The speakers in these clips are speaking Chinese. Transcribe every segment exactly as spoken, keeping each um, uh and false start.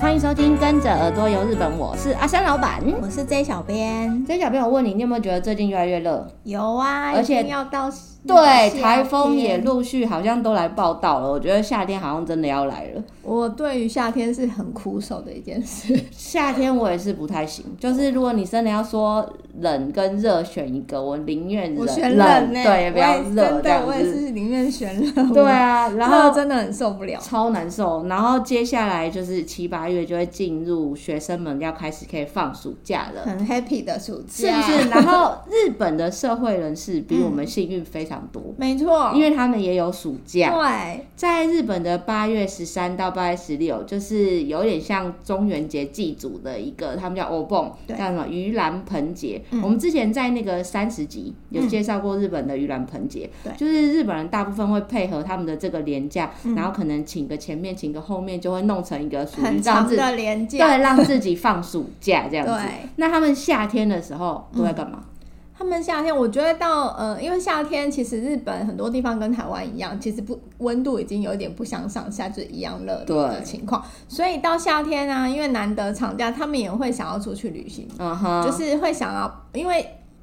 欢迎收听跟着耳朵游日本，我是阿山老板， 我是 J 小编。 J 小编，我问你，你有没有觉得最近越来越热？ 有啊， 而且要到对台风也陆续好像都来报道了，我觉得夏天好像真的要来了。 我对于夏天是很苦手的一件事。 夏天我也是不太行，就是如果你真的要说冷跟热选一个，我宁愿冷， 我选冷、欸、 对，不要热这样子。 我也是宁愿选冷。 对啊，然后真的很受不了， 超难受。然后接下来就是七八月就会进入学生们要开始可以放暑假了， 很 happy 的暑假， 是不是？然后日本的社会人士比我们幸运非常多， 没错， 因为他们也有暑假。 对， 在日本的八月十三到八月十六，就是有点像中元节祭祖的一个，他们叫 Obon， 叫什么盂兰盆节、嗯。我们之前在那个三十集有介绍过日本的盂兰盆节、嗯，就是日本人大部分会配合他们的这个连假、嗯，然后可能请个前面，请个后面，就会弄成一个属于很长的连假， 对，让自己放暑假这样子。 对， 那他们夏天的时候都在干嘛？嗯， 他们夏天，我觉得到呃，因为夏天其实日本很多地方跟台湾一样，其实不温度已经有点不相上下，就是一样热的情况。所以到夏天啊，因为难得长假，他们也会想要出去旅行，嗯哼，就是会想要，因为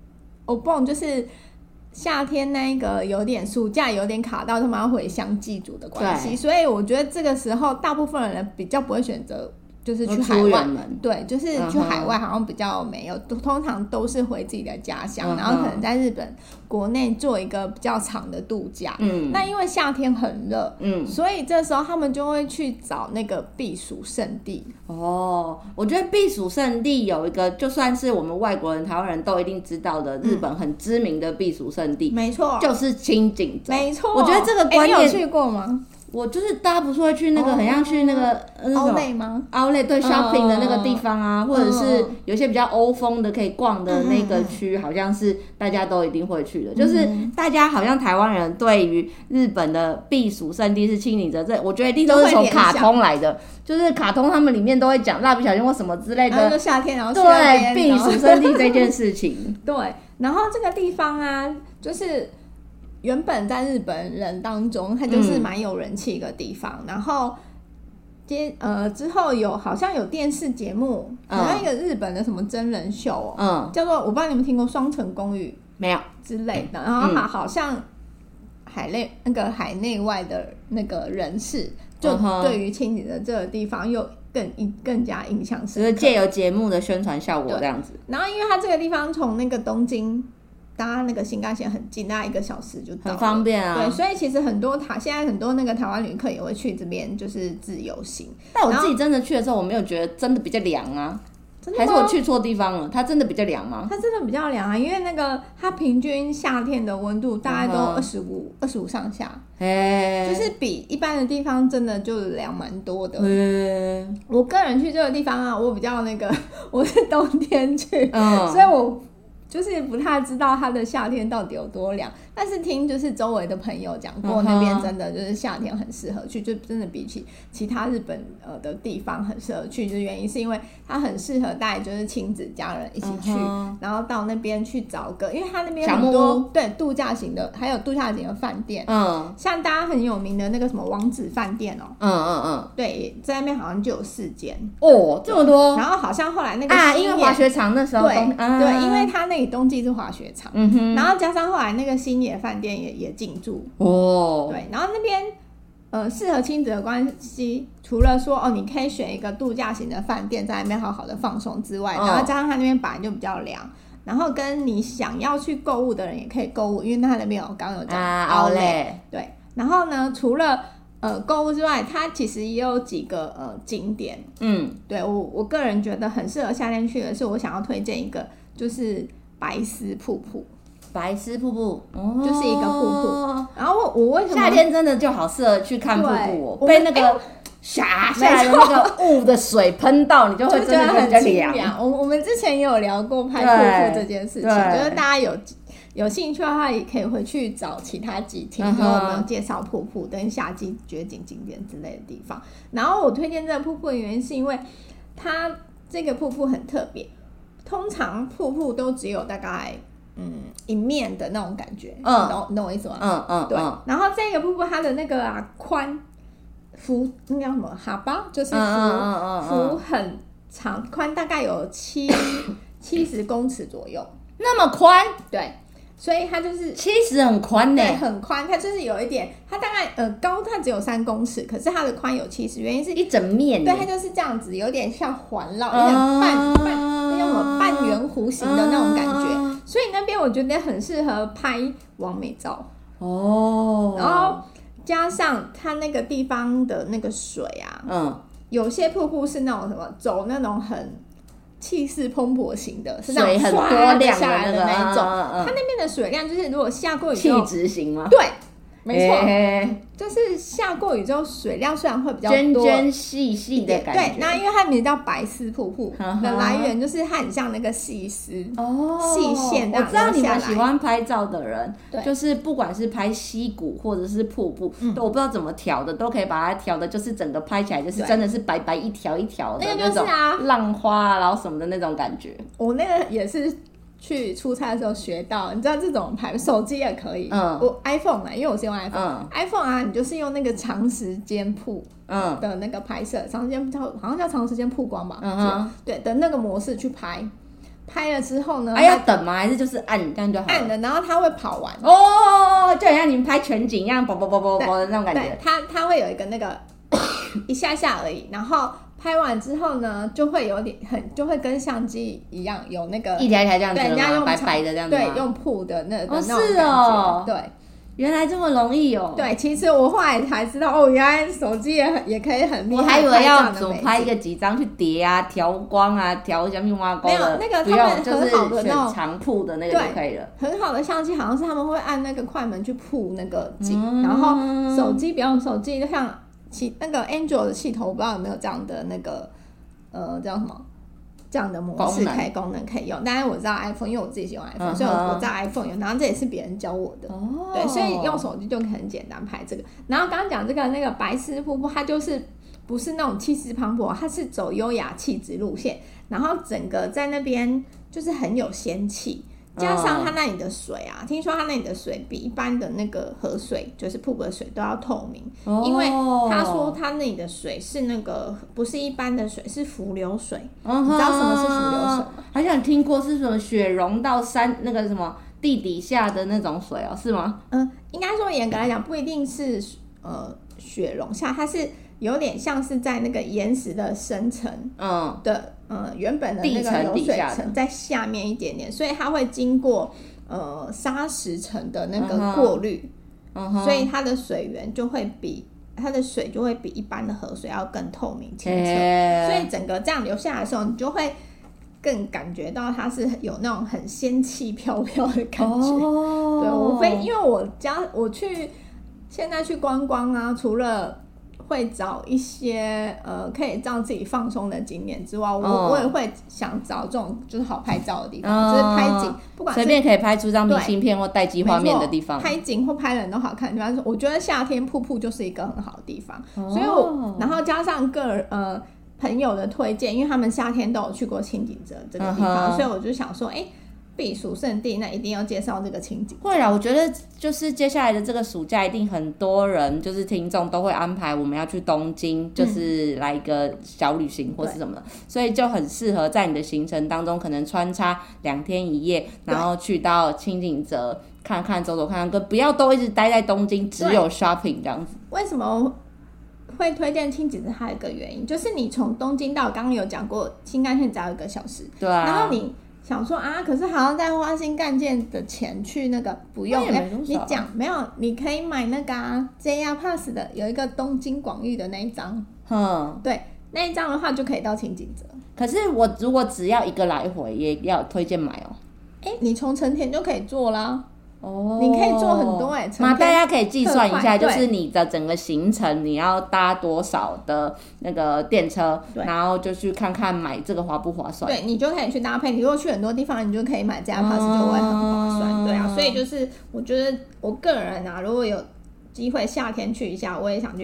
Obon 就是夏天那个有点暑假有点卡到他们要回乡祭祖的关系，所以我觉得这个时候大部分人比较不会选择。就是去海外，对，就是去海外好像比较没有，嗯、通常都是回自己的家乡、嗯，然后可能在日本国内做一个比较长的度假。嗯，那因为夏天很热，嗯，所以这时候他们就会去找那个避暑胜地。 哦，我觉得避暑胜地有一个，就算是我们外国人、台湾人都一定知道的，日本很知名的避暑胜地，没、嗯、错，就是清景泽。没错，我觉得这个观念， 欸、你有去过吗？ 我就是大家不是会去那个很像去那个奥莱吗？ 奥莱对 shopping 的那个地方啊，或者是有些比较欧风的可以逛的那个区，好像是大家都一定会去的。就是大家好像台湾人对于日本的避暑胜地是清景泽，这我觉得一定都是从卡通来的，就是卡通他们里面都会讲蜡笔小新或什么之类的， 就夏天然后去对避暑胜地这件事情。 对，然后这个地方啊，就是原本在日本人当中，它就是蛮有人气一个地方。嗯、然后接呃之后有好像有电视节目，好、嗯、像一个日本的什么真人秀哦，嗯，叫做我不知道你们听过《双层公寓》 没有之类的。然后好像海内那个海内外的那个人士，就对于清景的这个地方又更更加印象深刻， 就是借由节目的宣传效果这样子。 然后因为它这个地方从那个东京搭那个新干线很近，大概一个小时就到了， 很方便啊。 对，所以其实很多台现在很多那个台湾旅客也会去这边，就是自由行。 但我自己真的去的时候，我没有觉得真的比较凉啊，还是我去错地方了？它真的比较凉吗？ 它真的比较凉啊，因为那个它平均夏天的温度大概都二十五、二十五上下，就是比一般的地方真的就凉蛮多的。我个人去这个地方啊，我比较那个，我是冬天去，嗯、所以我。就是不太知道它的夏天到底有多凉，但是听就是周围的朋友讲过，那边真的就是夏天很适合去，就真的比起其他日本呃的地方很适合去，就是原因是因为它很适合带就是亲子家人一起去，然后到那边去找个，因为它那边很多对度假型的，还有度假型的饭店，嗯，像大家很有名的那个什么王子饭店哦，嗯嗯嗯，对，在那边好像就有四间哦，这么多， 然后好像后来那个啊，因为滑雪场那时候对、啊、对，因为它那冬季是滑雪场、嗯哼，然后加上后来那个星野饭店也也进驻哦，对，然后那边呃适合亲子的关系，除了说哦你可以选一个度假型的饭店在那边好好的放松之外，哦、然后加上它那边本来就比较凉，然后跟你想要去购物的人也可以购物，因为它那边有刚刚有讲奥莱，对，然后呢除了呃，购物之外，它其实也有几个呃景点，嗯，对我我个人觉得很适合夏天去的是，我想要推荐一个，就是白丝瀑布。 白丝瀑布、哦、 就是一个瀑布，然后 我, 我为什么夏天真的就好适合去看瀑布哦，被那个下下来的那个雾的水喷到，你就会真的觉得比较凉。 我我们之前也有聊过拍瀑布这件事情，就是大家有。有兴趣的话，也可以回去找其他集听，然后我们有介绍瀑布跟夏季绝景景点之类的地方。然后我推荐这个瀑布的原因是因为它这个瀑布很特别，通常瀑布都只有大概嗯一面的那种感觉，嗯，你懂你懂我意思吗？嗯嗯，对。然后这个瀑布它的那个啊宽幅那叫什么哈巴，就是幅、嗯嗯嗯、幅很长，宽大概有七七十公尺左右， 那么宽？ 对。所以它就是七十很宽呢， 对，很宽。它就是有一点，它大概呃高它只有三公尺，可是它的宽有七十，原因是一整面。 对，它就是这样子，有点像环绕，有点半半那叫什么半圆弧形的那种感觉。啊、所以那边我觉得很适合拍完美照哦。然后加上它那个地方的那个水啊，嗯，有些瀑布是那种什么走那种很。气势蓬勃型的，是那种水很多量下来的那一种。 嗯嗯、 它那边的水量就是，如果下过雨之后， 气质型吗？ 对，没错，欸、就是下过雨之后，水量虽然会比较多， 涓涓细细的感觉。 对，那因为它名字叫白丝瀑布的来源，就是它很像那个细丝哦，细线。 我知道你们喜欢拍照的人，就是不管是拍溪谷或者是瀑布，嗯、我不知道怎么调的，都可以把它调的，就是整个拍起来就是真的是白白一条一条的那种浪花，然后什么的那种感觉。 我那个也是。去出差的时候学到，你知道这种拍手机也可以。嗯，我 iPhone 啊，因为我是用 iPhone，iPhone、嗯、啊，你就是用那个长时间曝的那个拍摄，嗯、长时间好像叫长时间曝光吧，嗯、对的那个模式去拍。拍了之后呢？ 还、啊、要等吗？还是就是按这样就好了？ 按的，然后它会跑完。 哦，就好像你们拍全景一样，啵啵啵啵啵的那种感觉。 对，它它会有一个那个一下下而已，然后。拍完之后呢，就会有点很，就会跟相机一样有那个一条一条这样子， 对，人家用白白的这样子， 对，用曝的那的、 哦、 那种感觉， 是哦， 对， 原来这么容易哦。 对，其实我后来才知道，哦，原来手机也很也可以很厉害。 我还以为要怎么拍一个几张去叠啊、调光啊、调小密挖沟的， 没有那个他们很好的那种长曝的那个就可以了。 很好的相机好像是他们会按那个快门去曝那个景，嗯、然后手机不用手机，就像其那个 Android 的系统，我不知道有没有这样的那个。呃，叫什么？这样的模式可以功能可以用。当然我知道 iPhone， 因为我自己喜欢 iPhone，、嗯、所以我知道 iPhone 有。然后这也是别人教我的，哦、对，所以用手机就很简单拍这个。然后刚刚讲这个那个白丝瀑布，它就是不是那种气势磅礴，它是走优雅气质路线，然后整个在那边就是很有仙气。加上它那里的水啊，嗯、听说它那里的水比一般的那个河水，就是瀑布的水都要透明，哦、因为他说它那里的水是那个不是一般的水，是浮流水。嗯、你知道什么是浮流水吗？ 好像听过是什么雪融到山那个什么地底下的那种水哦，是吗？ 嗯，应该说严格来讲不一定是呃雪融下，它是有点像是在那个岩石的深层的。嗯呃，原本的那个流水层在下面一点点，所以它会经过呃砂石层的那个过滤， uh-huh. 所以它的水源就会比它的水就会比一般的河水要更透明清澈， hey. 所以整个这样流下来的时候，你就会更感觉到它是有那种很仙气飘飘的感觉。Oh. 对，我非因为我家我去现在去观光啊，除了会找一些呃可以让自己放松的景点之外，我、哦、我也会想找这种就是好拍照的地方，哦、就是拍景，不管随便可以拍出张明信片或待机画面的地方， 拍景或拍人都好看的地方。我觉得夏天瀑布就是一个很好的地方，哦、所以我然后加上个人呃朋友的推荐，因为他们夏天都有去过清景泽这个地方，嗯、所以我就想说，哎、欸。避暑胜地，那一定要介绍这个清景。 会啦，我觉得就是接下来的这个暑假，一定很多人就是听众都会安排我们要去东京，嗯、就是来一个小旅行或是什么的，所以就很适合在你的行程当中可能穿插两天一夜，然后去到清景泽看看走走看看，不要都一直待在东京，只有 shopping 这样子。 为什么会推荐清景泽？还有一个原因就是你从东京到刚刚有讲过新干线只要一个小时，对啊，然后你。想说啊，可是好像在花新干线的钱去那个不用，欸、你讲没有？你可以买那个啊 J R Pass 的，有一个东京广域的那一张，嗯，对，那一张的话就可以到清景泽。 可是我如果只要一个来回，也要推荐买哦。 哎、欸，你从成田就可以坐啦。哦，你可以做很多哎、欸， 那大家可以计算一下，就是你的整个行程你要搭多少的那个电车，然后就去看看买这个划不划算。 对，你就可以去搭配。你如果去很多地方，你就可以买这样 pass 就会很划算。嗯、对啊，所以就是我觉得我个人啊，如果有机会夏天去一下，我也想去清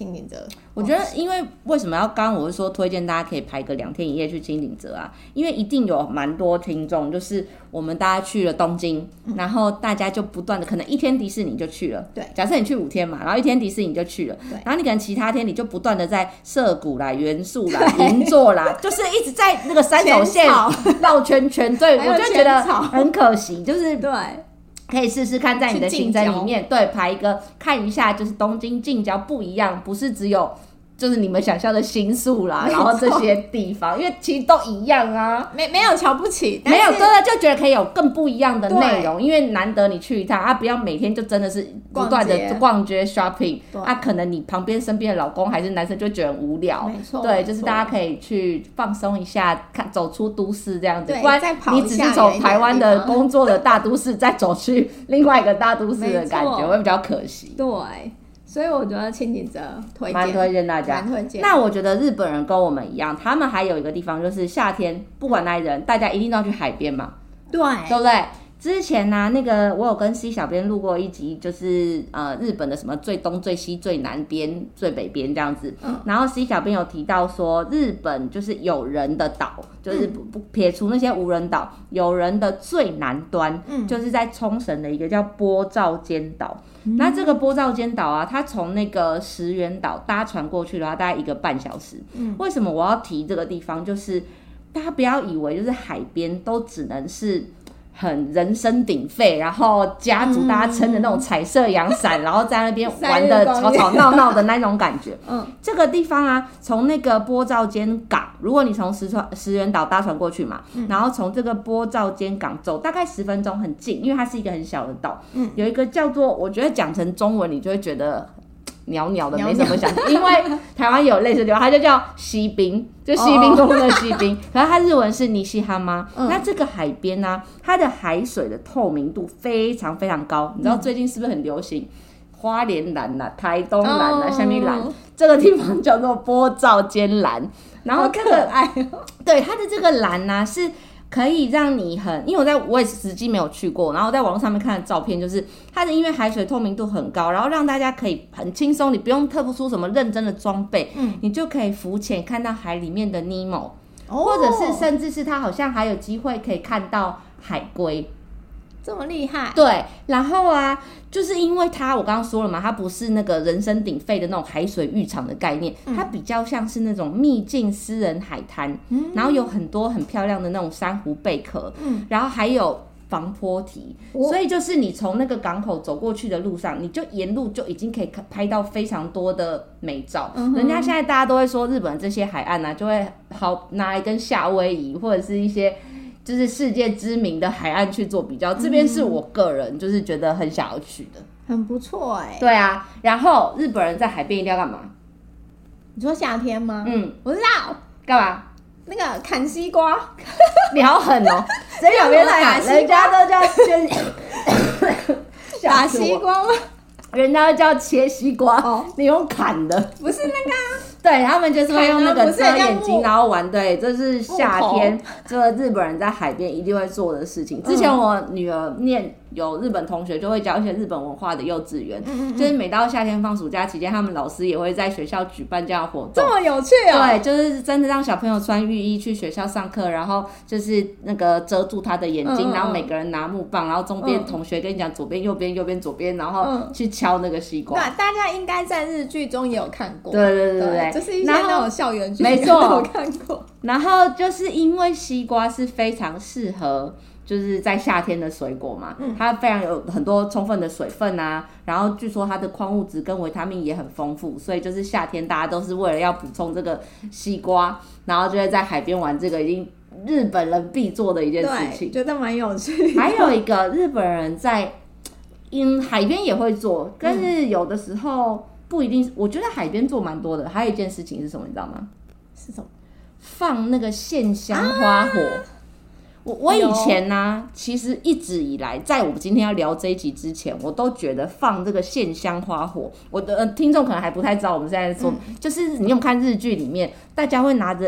轻井泽。 我觉得，因为为什么要刚刚我是说推荐大家可以排个两天一夜去轻井泽啊？因为一定有蛮多听众，就是我们大家去了东京，嗯、然后大家就不断的可能一天迪士尼就去了， 对， 假设你去五天嘛，然后一天迪士尼就去了，对，然后你可能其他天你就不断的在涩谷啦、元素啦、银座啦，就是一直在那个山手线绕圈圈，对，我就觉得很可惜，就是对。 可以试试看，在你的行程里面，对，排一个看一下，就是东京近郊不一样，不是只有就是你们想象的新宿啦，然后这些地方，因为其实都一样啊， 没没有瞧不起， 没有对对，就觉得可以有更不一样的内容，因为难得你去一趟啊，不要每天就真的是不断的逛街 shopping， 啊，可能你旁边身边的老公还是男生就觉得很无聊， 没错， 对，就是大家可以去放松一下，看走出都市这样子，不然你只是从台湾的工作的大都市再走去另外一个大都市的感觉，会比较可惜， 对。所以我觉得轻井泽推荐， 蛮推荐大家。 蛮推荐。 那我觉得日本人跟我们一样，他们还有一个地方就是夏天，不管哪里人，大家一定都要去海边嘛， 对， 对不对？之前呢、啊，那个我有跟 C 小编录过一集，就是呃日本的什么最东、最西、最南边、最北边这样子。嗯、然后 C 小编有提到说，日本就是有人的岛，就是不不撇除那些无人岛，有人的最南端，嗯、就是在冲绳的一个叫波照间岛。嗯、那这个波照间岛啊，它从那个石垣岛搭船过去的话，大概一个半小时。嗯、为什么我要提这个地方？就是大家不要以为就是海边都只能是很人声鼎沸，然后家族大家撑着那种彩色阳伞，嗯、然后在那边玩的吵吵闹闹的那种感觉。嗯，这个地方啊，从那个波照间港，如果你从石川石垣岛搭船过去嘛，嗯、然后从这个波照间港走大概十分钟，很近，因为它是一个很小的岛。嗯，有一个叫做，我觉得讲成中文你就会觉得鸟鸟的没什么想法，因为台湾有类似的地方，它就叫西滨，就西滨公路的西滨，可是它日文是尼西哈吗？嗯、那这个海边呢、啊，它的海水的透明度非常非常高，你知道最近是不是很流行花莲蓝啦、台东蓝啦、下面蓝？这个地方叫做波照间蓝，然后这个爱、哦， 对它的这个蓝呢、啊、是。可以让你很，因为我在我也实际没有去过，然后在网络上面看的照片，就是它的因为海水透明度很高，然后让大家可以很轻松，你不用特出什么认真的装备，嗯，你就可以浮潜看到海里面的尼莫，哦，或者是甚至是它好像还有机会可以看到海龟。 这么厉害？ 对，然后啊，就是因为它，我刚刚说了嘛，它不是那个人声鼎沸的那种海水浴场的概念，嗯、它比较像是那种秘境私人海滩，嗯、然后有很多很漂亮的那种珊瑚贝壳，嗯、然后还有防波堤，哦、所以就是你从那个港口走过去的路上，你就沿路就已经可以拍到非常多的美照。嗯、人家现在大家都会说日本这些海岸啊，就会好拿来跟夏威夷或者是一些。就是世界知名的海岸去做比较，这边是我个人就是觉得很想要去的， 很不错哎、欸。 对啊，然后日本人在海边一定要干嘛？ 你说夏天吗？ 嗯， 我知道。 干嘛？ 那个砍西瓜。 你好狠哦！谁有没有砍？人家都叫先打西瓜吗？ 人家叫切西瓜，哦、你用砍的， 不是那个、啊。 对，他们就是会用那个遮眼睛，然后玩。对，这是夏天，这个日本人在海边一定会做的事情。之前我女儿念有日本同学，就会教一些日本文化的幼稚园，嗯嗯就是每到夏天放暑假期间，他们老师也会在学校举办这样的活动。 这么有趣啊！ 对，就是真的让小朋友穿浴衣去学校上课，然后就是那个遮住他的眼睛，嗯嗯然后每个人拿木棒，然后中间同学跟你讲左边、右边、右边、左边，然后去敲那个西瓜。 对，大家应该在日剧中也有看过。 对对对对对。 就是一些那种校园剧， 没错， 有看过。 然后就是因为西瓜是非常适合，就是在夏天的水果嘛，嗯、它非常有很多充分的水分啊，然后据说它的矿物质跟维他命也很丰富，所以就是夏天大家都是为了要补充这个西瓜，然后就会在海边玩这个已经日本人必做的一件事情， 觉得蛮有趣的。 还有一个日本人在因海边也会做，但是有的时候。不一定，我觉得海边做蛮多的。还有一件事情是什么，你知道吗？ 是什么？ 放那个线香花火。啊、我我以前呢、啊，其实一直以来，在我们今天要聊这一集之前，我都觉得放这个线香花火，我的、呃、听众可能还不太知道我们现在在说，嗯、就是你有看日剧里面，大家会拿着一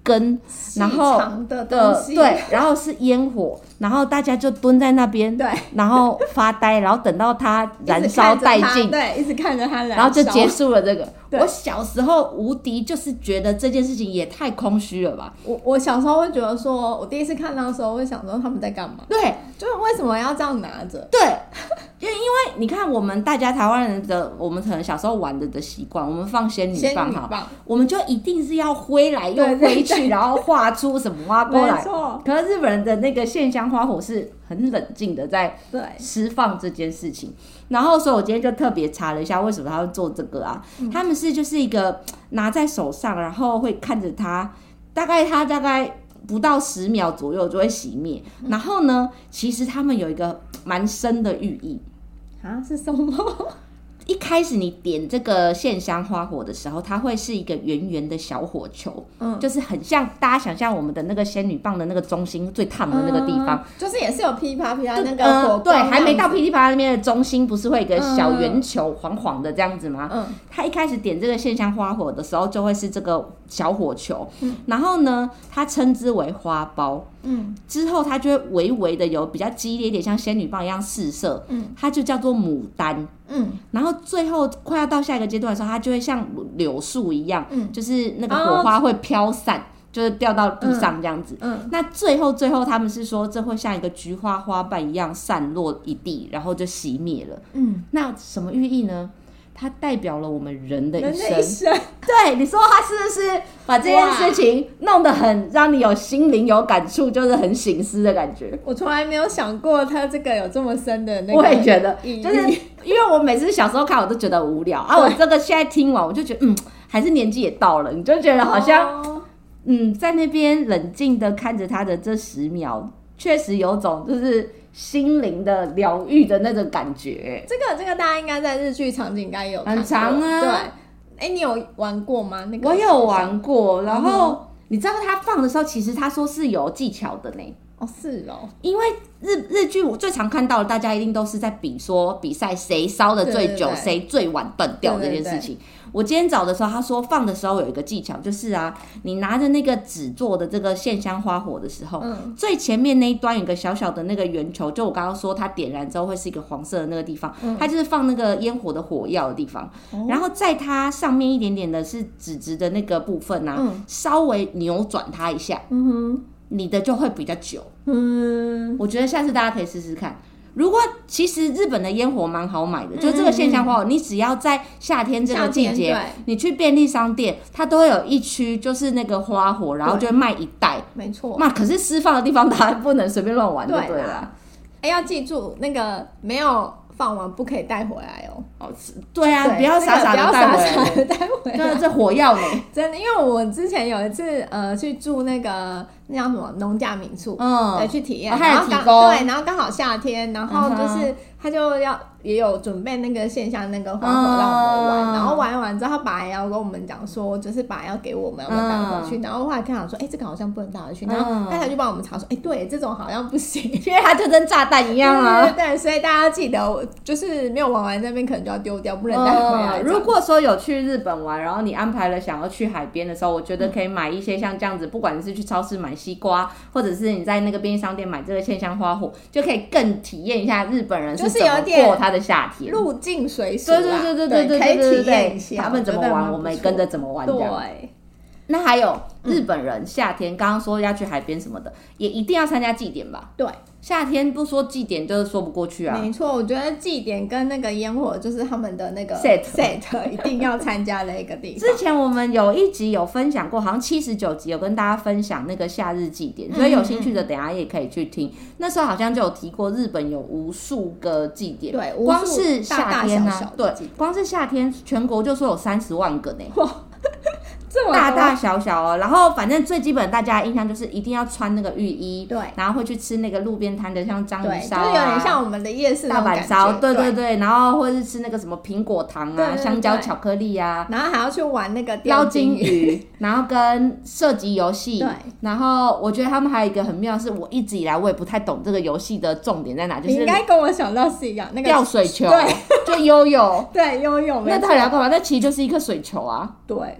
根，然后长的东西， 对，然后是烟火，然后大家就蹲在那边， 对， 然后发呆，然后等到它燃烧殆尽， 对，一直看着它燃烧， 然后就结束了这个。我小时候无敌就是觉得这件事情也太空虚了吧。 我我小时候会觉得说，我第一次看到的时候会想说他们在干嘛？ 对， 就是为什么要这样拿着？ 对，因为因为你看我们大家台湾人的，我们可能小时候玩的的习惯，我们放仙女棒哈，我们就一定是要挥来又挥去，对对对，然后画出什么花波来。没错。可是日本人的那个线香花火是很冷静的在释放这件事情。然后所以我今天就特别查了一下为什么他会做这个啊、嗯、他们是就是一个拿在手上，然后会看着它，大概它大概不到十秒左右就会熄灭、嗯、然后呢其实他们有一个蛮深的寓意啊，是什么？ 一开始你点这个线香花火的时候，它会是一个圆圆的小火球，嗯，就是很像大家想象我们的那个仙女棒的那个中心最烫的那个地方、嗯、 就是也是有噼啪噼啪那个火光、嗯、 对，还没到噼里啪啦那边的中心不是会有一个小圆球黄黄的这样子吗？嗯，它一开始点这个线香花火的时候就会是这个小火球、嗯、然后呢它称之为花苞，嗯，之后它就会微微的有比较激烈一点像仙女棒一样四射，嗯，它就叫做牡丹，嗯，然后最后快要到下一个阶段的时候，它就会像柳树一样，嗯，就是那个火花会飘散、哦、就是掉到地上这样子，嗯，嗯，那最后最后他们是说这会像一个菊花花瓣一样散落一地，然后就熄灭了，嗯，那什么寓意呢？它代表了我们人的一生，人的一生对，你说它是不是把这件事情弄得很让你有心灵有感触，就是很省思的感觉？ 我从来没有想过它这个有这么深的那个， 我也觉得，就是因为我每次小时候看我都觉得无聊啊，我这个现在听完我就觉得，嗯，还是年纪也到了，你就觉得好像，哦、嗯，在那边冷静的看着它的这十秒，确实有种就是心灵的疗愈的那种感觉。 这个这个大家应该在日剧场景应该有看过， 很长啊。 对，哎、欸，你有玩过吗？那个我有玩过，然后、嗯、你知道他放的时候，其实他说是有技巧的呢。 哦，是哦，因为日日剧我最常看到的，大家一定都是在比说比赛谁烧的最久，谁最晚断掉这件事情。对对对，我今天找的时候，他说放的时候有一个技巧，就是啊，你拿着那个纸做的这个线香花火的时候，嗯、最前面那一端有一个小小的那个圆球，就我刚刚说它点燃之后会是一个黄色的那个地方，嗯、它就是放那个烟火的火药的地方。哦、然后在它上面一点点的是纸质的那个部分啊，嗯、稍微扭转它一下，嗯哼，你的就会比较久。嗯，我觉得下次大家可以试试看。如果其实日本的烟火蛮好买的，嗯、就这个线香花火，你只要在夏天这个季节，你去便利商店，它都会有一区就是那个花火，然后就会卖一袋。 没错。 那可是释放的地方，大家不能随便乱玩就对了。 哎、欸，要记住那个没有放完不可以带回来哦。 哦，对啊，对，不要傻傻的带回来， 那个、带回来。 对，这火药呢？ 真的，因为我之前有一次呃去住那个。那叫什么农家民宿，嗯，对，去体验， 哦、 然后刚对，然后刚好夏天，然后就是他就要也有准备那个线香那个花火让我们玩，嗯、然后玩完之后，他本来要跟我们讲说，就是把要给我们，要不要带回去，嗯、然后后来看到说，哎、欸，这个好像不能带回去，然后他才就帮我们查说，哎、欸，对，这种好像不行， 因为它就跟炸弹一样啊， 对对对，所以大家记得，就是没有玩完那边可能就要丢掉，不能带回来、 嗯。如果说有去日本玩，然后你安排了想要去海边的时候，我觉得可以买一些像这样子，不管是去超市买西瓜。或者是你在那个便利商店买这个线香花火，就可以更体验一下日本人是怎么过他的夏天， 入境随俗啦， 对对对对对对， 可以体验一下， 他们怎么玩，我们也跟着怎么玩这样。对。那还有日本人夏天，刚刚、嗯、说要去海边什么的，也一定要参加祭典吧？ 对， 夏天不说祭典就是说不过去啊。 没错，我觉得祭典跟那个烟火就是他们的那个 set set 一定要参加的一个地方。 之前我们有一集有分享过，好像七十九集有跟大家分享那个夏日祭典，所以有兴趣的等一下也可以去听。嗯嗯，那时候好像就有提过，日本有无数个祭典， 对， 光是夏天啊， 大大小小的对，光是夏天全国就说有三十万个呢。 大大小小哦，然后反正最基本大家的印象就是一定要穿那个浴衣， 对， 然后会去吃那个路边摊的像章鱼烧啊， 就是有点像我们的夜市大阪烧，对对 对, 对，然后或者是吃那个什么苹果糖啊、 对对对香蕉巧克力啊， 然后还要去玩那个捞金鱼，然后跟射击游戏， 对， 然后我觉得他们还有一个很妙，是我一直以来我也不太懂这个游戏的重点在哪，就是你应该跟我想到是一样，那个吊水球， 对， 就悠悠， 对，悠悠， 那到底要干嘛？那其实就是一颗水球啊， 对。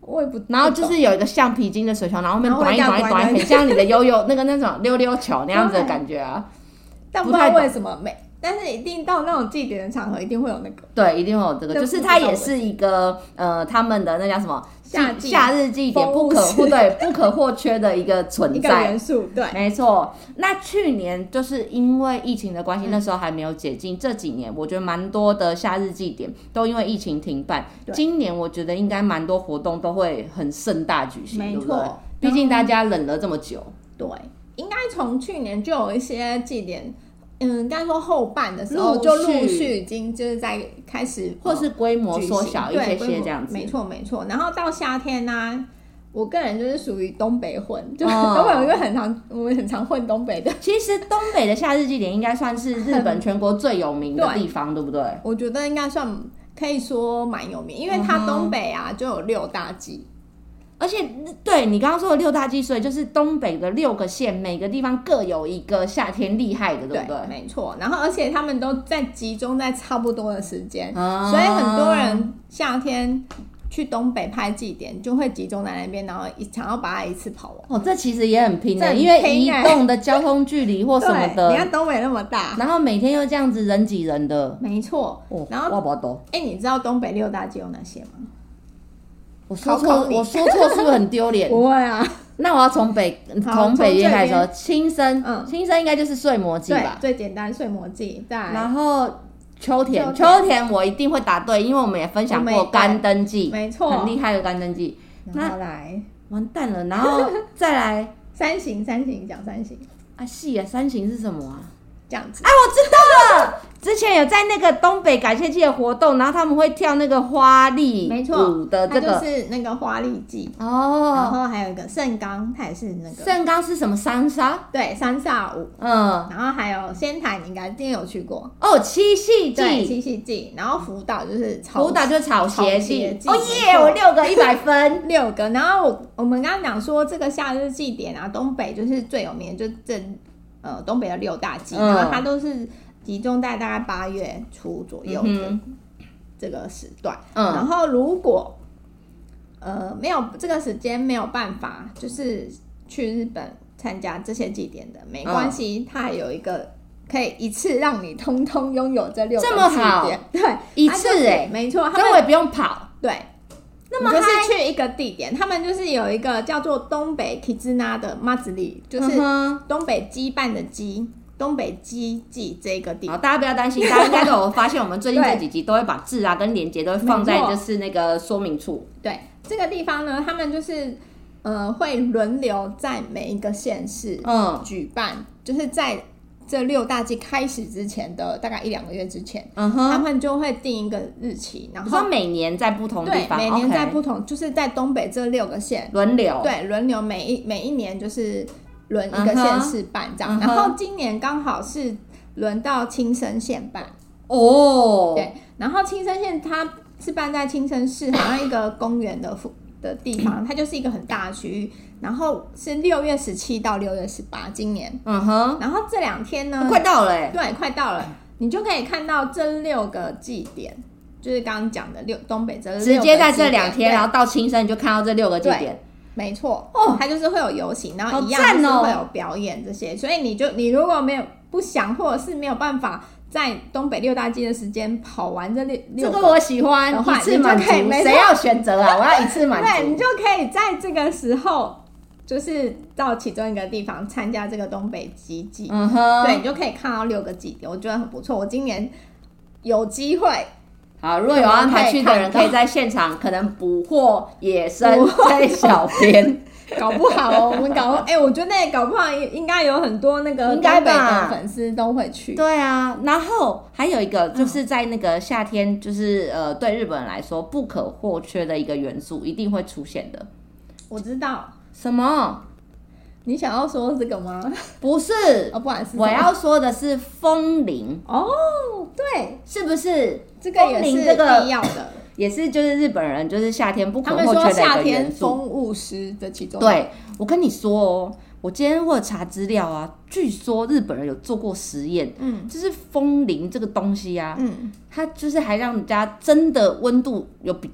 我也不， 然后就是有一个橡皮筋的水球，然后后面短一短一短，很像你的悠悠那个那种溜溜球那样子的感觉啊。 但不知道为什么没，但是一定到那种祭典的场合，一定会有那个。 对，一定会有这个，就是它也是一个呃，他们的那叫什么夏夏日祭典不可或对不可或缺的一个存在一个元素。对， 没错。那去年就是因为疫情的关系，嗯、那时候还没有解禁，这几年我觉得蛮多的夏日祭典都因为疫情停办。今年我觉得应该蛮多活动都会很盛大举行， 没错。 毕竟大家忍了这么久。 对，应该从去年就有一些祭典。嗯，应该说后半的时候就陆续已经就是在开始， 或是规模缩小一些些这样子。 没错没错。然后到夏天呢、啊，我个人就是属于东北混，就东北有一个很常，我们很常混东北的。 其实东北的夏日祭典应该算是日本全国最有名的地方， 对, 对不对？ 我觉得应该算可以说蛮有名，因为它东北啊就有六大祭。 而且对你刚刚说的六大祭，所以就是东北的六个县，每个地方各有一个夏天厉害的，对不对？ 对，没错。然后而且他们都在集中在差不多的时间、啊，所以很多人夏天去东北拍祭典，就会集中在那边，然后想要把它一次跑完。 哦，这其实也很拼的、欸，因为移动的交通距离或什么的， 你看东北那么大， 然后每天又这样子人挤人的， 没错。 哦、 然后我不懂。 哎、欸，你知道东北六大祭有哪些吗？ 我说错，我说错是不是很丢脸？ 不会啊。 那我要从北从北边开始说，青森，嗯，青森应该就是睡魔祭吧？ 对，最简单睡魔祭。再来， 然后秋田，秋田我一定会答对，因为我们也分享过干灯祭， 没错， 很厉害的干灯祭。 然后来， 完蛋了，然后再来三行，三行讲三行啊，是啊，三行是什么啊？ 这样子。 哎、啊，我知道了。之前有在那个东北感谢祭的活动，然后他们会跳那个花丽舞的这个， 它就是那个花丽祭哦。 然后还有一个盛冈，它也是那个盛冈是什么三煞？ 对，三煞舞。嗯，然后还有仙台，你应该今天有去过哦，七夕祭， 对，七夕祭。然后福岛就是福岛就是草鞋祭。哦耶，我六个一百分， 六个。然后我我们刚刚讲说这个夏日祭典啊，东北就是最有名的，就这呃东北的六大祭，嗯、然后它都是。集中在大概八月初左右的这个时段，嗯、然后如果呃没有这个时间没有办法，就是去日本参加这些祭典的，没关系，嗯、它还有一个可以一次让你通通拥有这六个祭典， 这么好， 对， 一次哎、欸， 没错， 所以我也不用跑， 对，那么就是去一个地点，他们就是有一个叫做东北 Kizuna 的 Matsuri， 就是东北羁绊的羁。东北基祭这个地方， 好，大家不要担心，大家应该都有发现，我们最近这几集都会把字啊跟连结都会放在就是那个说明处。 对，这个地方呢，他们就是呃会轮流在每一个县市嗯举办，嗯、就是在这六大祭开始之前的大概一两个月之前，嗯哼，他们就会定一个日期，然后说每年在不同地方， 对，每年在不同， okay 就是在东北这六个县轮流， 对，轮流每一每一年就是。轮一个县市办这样， uh-huh. 然后今年刚好是轮到青森县办哦， oh. 对，然后青森县它是办在青森市好像一个公园的的地方，它就是一个很大的区域，然后是六月十七到六月十八，今年，嗯哼，然后这两天呢， 快到了欸， 对，快到了，你就可以看到这六个祭典，就是刚刚讲的六东北这六个祭典， 直接在这两天，然后到青森你就看到这六个祭典。 没错，哦，它就是会有游行，然后一样就是会有表演这些，哦、所以你就你如果没有不想，或者是没有办法在东北六大祭的时间跑完这六六个，这个我喜欢，一次满足，谁要选择啊？我要一次满足。 对，你就可以在这个时候，就是到其中一个地方参加这个东北基祭，嗯哼，对，你就可以看到六个祭典，我觉得很不错。我今年有机会。 好，如果有安排去的人，可以在现场可能捕获野生在小编， 搞不好哦，我们搞哎、欸，我觉得搞不好应该有很多那个应该吧粉丝都会去。 对啊，然后还有一个就是在那个夏天，就是呃，对日本人来说不可或缺的一个元素，一定会出现的。 我知道什么？ 你想要说这个吗？ 不是， 哦，不然是我要说的是风铃哦，对， 是不是？ 这个也是必要的， 也是就是日本人就是夏天不可或缺的一个元素。他们说夏天风物诗的其中。 对，我跟你说哦，我今天我有查资料啊，据说日本人有做过实验，嗯，就是风铃这个东西啊，嗯，它就是还让人家真的温度有比较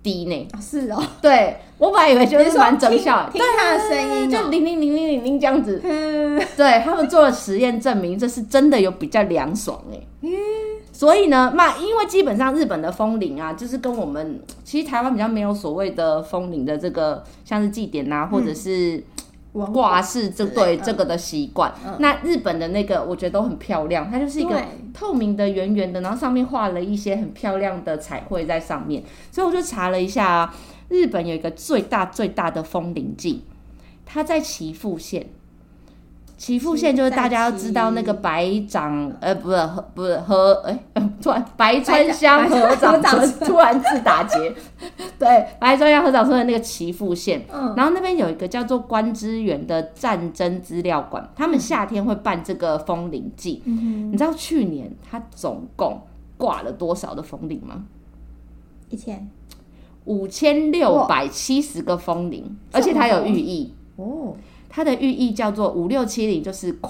低呢。 是哦， 对，我本来以为就是蛮整效， 听他的声音、哦、 就零零零零零零这样子。对，他们做了实验证明这是真的有比较凉爽哎。所以呢，那因为基本上日本的风铃啊，就是跟我们其实台湾比较没有所谓的风铃的这个像是祭典啊，或者是挂饰这对这个的习惯、嗯。那日本的那个我觉得都很漂亮，它就是一个透明的圆圆的，然后上面画了一些很漂亮的彩绘在上面。所以我就查了一下啊，日本有一个最大最大的风铃祭，它在岐阜县。岐阜县就是大家都知道那个白长呃不是不是和哎、欸、突然白川乡合掌村突然自打结对，白川乡合掌村的那个岐阜县、嗯、然后那边有一个叫做关之原的战争资料馆，他们夏天会办这个风铃祭、嗯、你知道去年他总共挂了多少的风铃吗？ 一千五千六百七十个风铃，而且它有寓意哦。它的寓意叫做五六七零，就是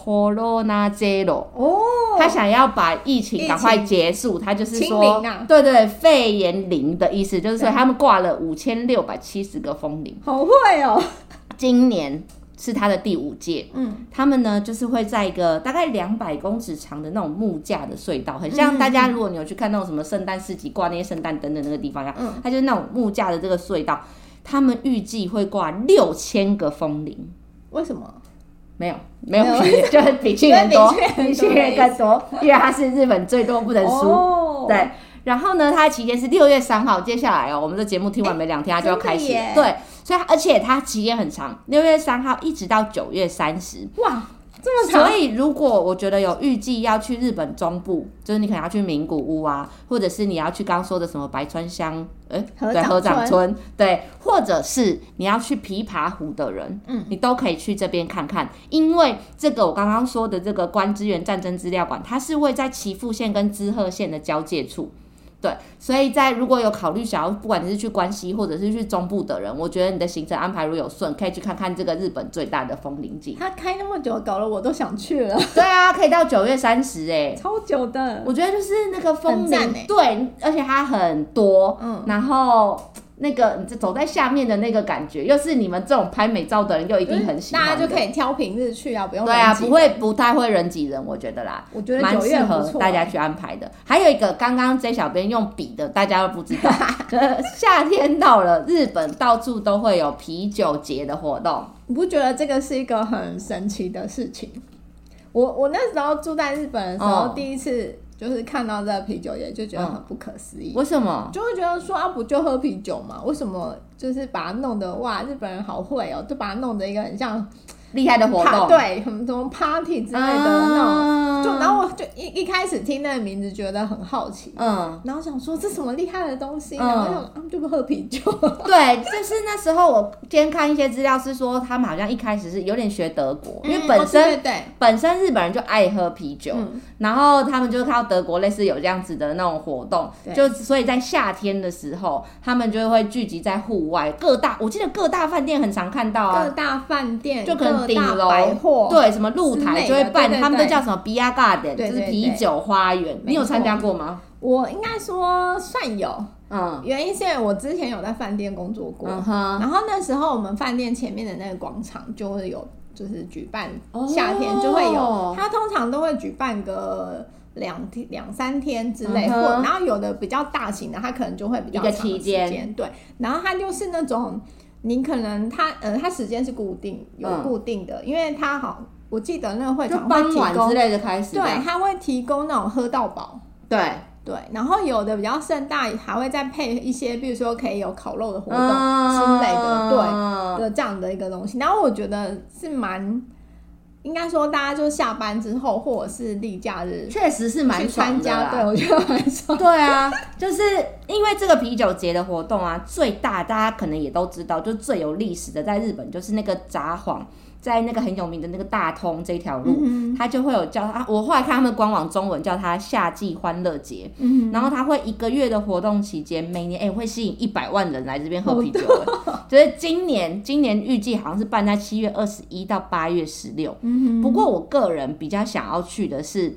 Corona Zero 哦，他想要把疫情赶快结束，他就是说，啊、对对，肺炎零的意思，就是说他们挂了五千六百七十个风铃， 好会哦。 今年是他的第五届，嗯，他们呢就是会在一个大概两百公尺长的那种木架的隧道，很像大家如果你有去看那种什么圣诞市集挂那些圣诞灯的那个地方一样，嗯，它就是那种木架的这个隧道，他们预计会挂六千个风铃。 为什么？ 没有，没有比，就是比去年多，比去年更多，因为它是日本最多不能输、哦。对，然后呢，它的期间是六月三号，接下来哦，我们的节目听完没两天，它就要开始了。对，所以而且它期间很长，六月三号一直到九月三十。哇！这么长。所以如果我觉得有预计要去日本中部，就是你可能要去名古屋啊，或者是你要去刚刚说的什么白川乡，哎、欸，对，合掌村，对，或者是你要去琵琶湖的人，嗯，你都可以去这边看看，因为这个我刚刚说的这个关之原战争资料馆，它是位在岐阜县跟滋贺县的交界处。对，所以在如果有考虑想要，不管你是去关西或者是去中部的人，我觉得你的行程安排如果有顺，可以去看看这个日本最大的风铃祭。 他开那么久，搞得我都想去了。 对啊，可以到九月三十哎， 超久的。 我觉得就是那个风铃、欸，对，而且它很多，嗯，然后。那个你走在下面的那个感觉，又是你们这种拍美照的人又一定很喜欢的， 大家就可以挑平日去啊，不用对啊，不会不太会人挤人，我觉得啦， 我觉得蛮适合大家去安排的。还有一个，刚刚 J 小编用比的，大家都不知道，夏天到了，日本到处都会有啤酒节的活动， 你不觉得这个是一个很神奇的事情？我我那时候住在日本的时候，哦、第一次。就是看到这个啤酒节就觉得很不可思议、 嗯，为什么？ 就会觉得说啊，不就喝啤酒嘛？为什么就是把它弄得哇，日本人好会哦，就把它弄得一个很像厉害的活动， 对，什么什么 party 之类的、啊、那种，就然后我就一一开始听那个名字觉得很好奇，嗯，然后想说这什么厉害的东西，嗯、然后就啊就不喝啤酒， 对，就是那时候我今天看一些资料是说他们好像一开始是有点学德国，嗯、因为本身、哦、对对对本身日本人就爱喝啤酒，嗯、然后他们就看到德国类似有这样子的那种活动，就所以在夏天的时候，他们就会聚集在户外各大，我记得各大饭店很常看到啊， 各大饭店就可能顶楼。对，什么露台就会办，他们都叫什么 Beer Garden， 就是啤酒花园。你有参加过吗？ 我应该说算有，嗯，原因是因为我之前有在饭店工作过，嗯、然后那时候我们饭店前面的那个广场就会有，就是举办夏天就会有，哦、它通常都会举办个两天两三天之类，嗯、或然后有的比较大型的，它可能就会比较长的时间，对，然后它就是那种。你可能它呃，它时间是固定，有固定的，嗯、因为它好，我记得那个会场会提供傍晚之类的开始， 对，它会提供那种喝到饱， 对对，然后有的比较盛大，还会再配一些，比如说可以有烤肉的活动之类的，嗯、对的这样的一个东西，然后我觉得是蛮。应该说，大家就下班之后，或者是例假日， 确实是蛮爽的啦。 对，我觉得蛮爽。 对啊，就是因为这个啤酒节的活动啊，最大大家可能也都知道，就最有历史的，在日本就是那个札幌，在那个很有名的那个大通这条路，嗯、它就会有叫它。我后来看他们官网中文叫它夏季欢乐节，嗯、然后它会一个月的活动期间，每年哎、欸、会吸引一百万人来这边喝啤酒的。就是今年，今年预计好像是办在七月二十一到八月十六。不过我个人比较想要去的是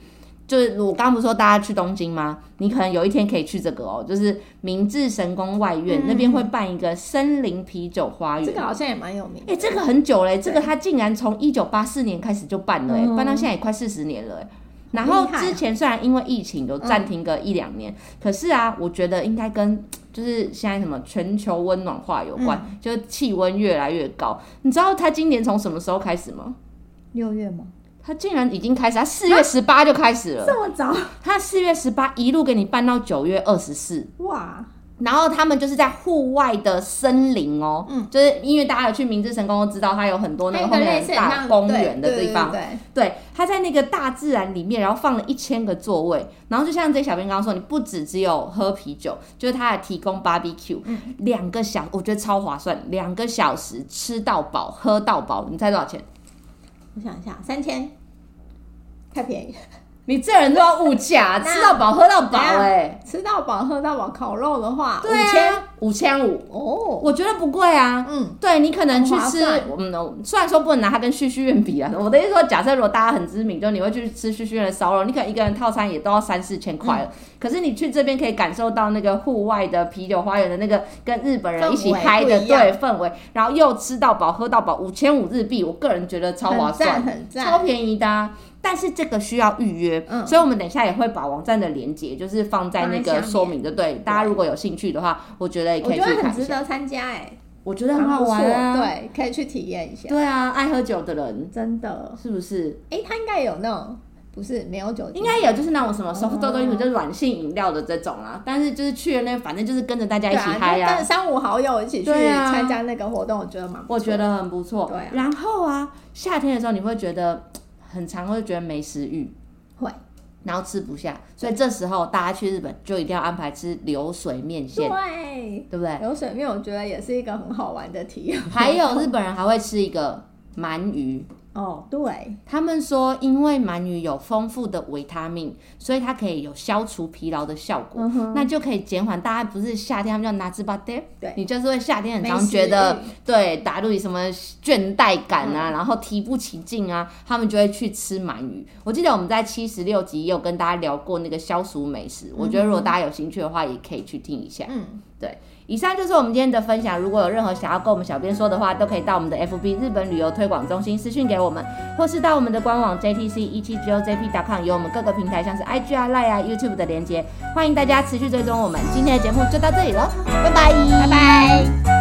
就是我刚刚不是说大家去东京吗？你可能有一天可以去这个哦，就是明治神宫外苑、嗯、那边会办一个森林啤酒花园， 这个好像也蛮有名的。 哎、欸，这个很久嘞，这个它竟然从一九八四年开始就办了，哎、嗯，办到现在也快四十年了，哎。然后之前虽然因为疫情有暂停个一两年、嗯，可是啊，我觉得应该跟就是现在什么全球温暖化有关，嗯、就是气温越来越高。你知道它今年从什么时候开始吗？ 六月吗？ 他竟然已经开始，他四月十八就开始了， 这么早？ 他四月十八一路给你办到九月二十四，哇！然后他们就是在户外的森林哦，嗯，就是因为大家有去明治神宫都知道，它有很多那个后面很大公园的地方，对，对, 对, 对，他在那个大自然里面，然后放了一千个座位，然后就像这小编刚刚说，你不只只有喝啤酒，就是他还提供 barbecue， 两、嗯、个小，我觉得超划算，两个小时吃到饱，喝到饱，你猜多少钱？ 我想一下，三千，太便宜。 你这人都要物价，吃到饱喝到饱哎、欸， 吃到饱喝到饱，烤肉的话， 对啊，五千五哦，我觉得不贵啊。嗯，对你可能去吃，嗯，虽然说不能拿它跟旭旭苑比啊，我的意思说，假设如果大家很知名，就你会去吃旭旭苑的烧肉，你可能一个人套餐也都要三四千块了、嗯。可是你去这边可以感受到那个户外的啤酒花园的那个跟日本人一起拍的对氛围，然后又吃到饱喝到饱，五千五日币，我个人觉得超划算， 很赞， 超便宜的、啊。但是这个需要预约、嗯，所以我们等一下也会把网站的连结就是放在那个说明的，对，大家如果有兴趣的话，我觉得也可以去看一下。 我觉得很值得参加哎、欸， 我觉得很好玩啊， 对，可以去体验一下。 对啊，爱喝酒的人真的是不是？ 哎、欸，他应该有那种不是没有酒精， 应该有就是那种什么 soft drink，、哦、就是软性饮料的这种啦。但是就是去了那，反正就是跟着大家一起嗨啊， 跟三五好友一起去参加那个活动，我觉得蛮不错， 我觉得很不错。 对、啊， 然后啊，夏天的时候你会觉得。很常会觉得没食欲， 会， 然后吃不下，所以这时候大家去日本就一定要安排吃流水面线， 对， 对不对？ 流水面我觉得也是一个很好玩的体验。 还有日本人还会吃一个鳗鱼。 哦，对， 他们说因为鳗鱼有丰富的维他命，所以它可以有消除疲劳的效果、嗯、那就可以减缓大家不是夏天他们叫夏バテ，对，你就是会夏天很常觉得对打入什么倦怠感啊、嗯、然后提不起劲啊，他们就会去吃鳗鱼。我记得我们在七十六集也有跟大家聊过那个消暑美食、嗯、我觉得如果大家有兴趣的话也可以去听一下。嗯，对，以上就是我们今天的分享，如果有任何想要跟我们小编说的话，都可以到我们的 F B 日本旅游推广中心私讯给我们，或是到我们的官网 J T C 一七 G O J P 点 com 有我们各个平台像是 I G 啊 Line 啊 YouTube 的连结，欢迎大家持续追踪我们。今天的节目就到这里了，拜拜， 拜拜。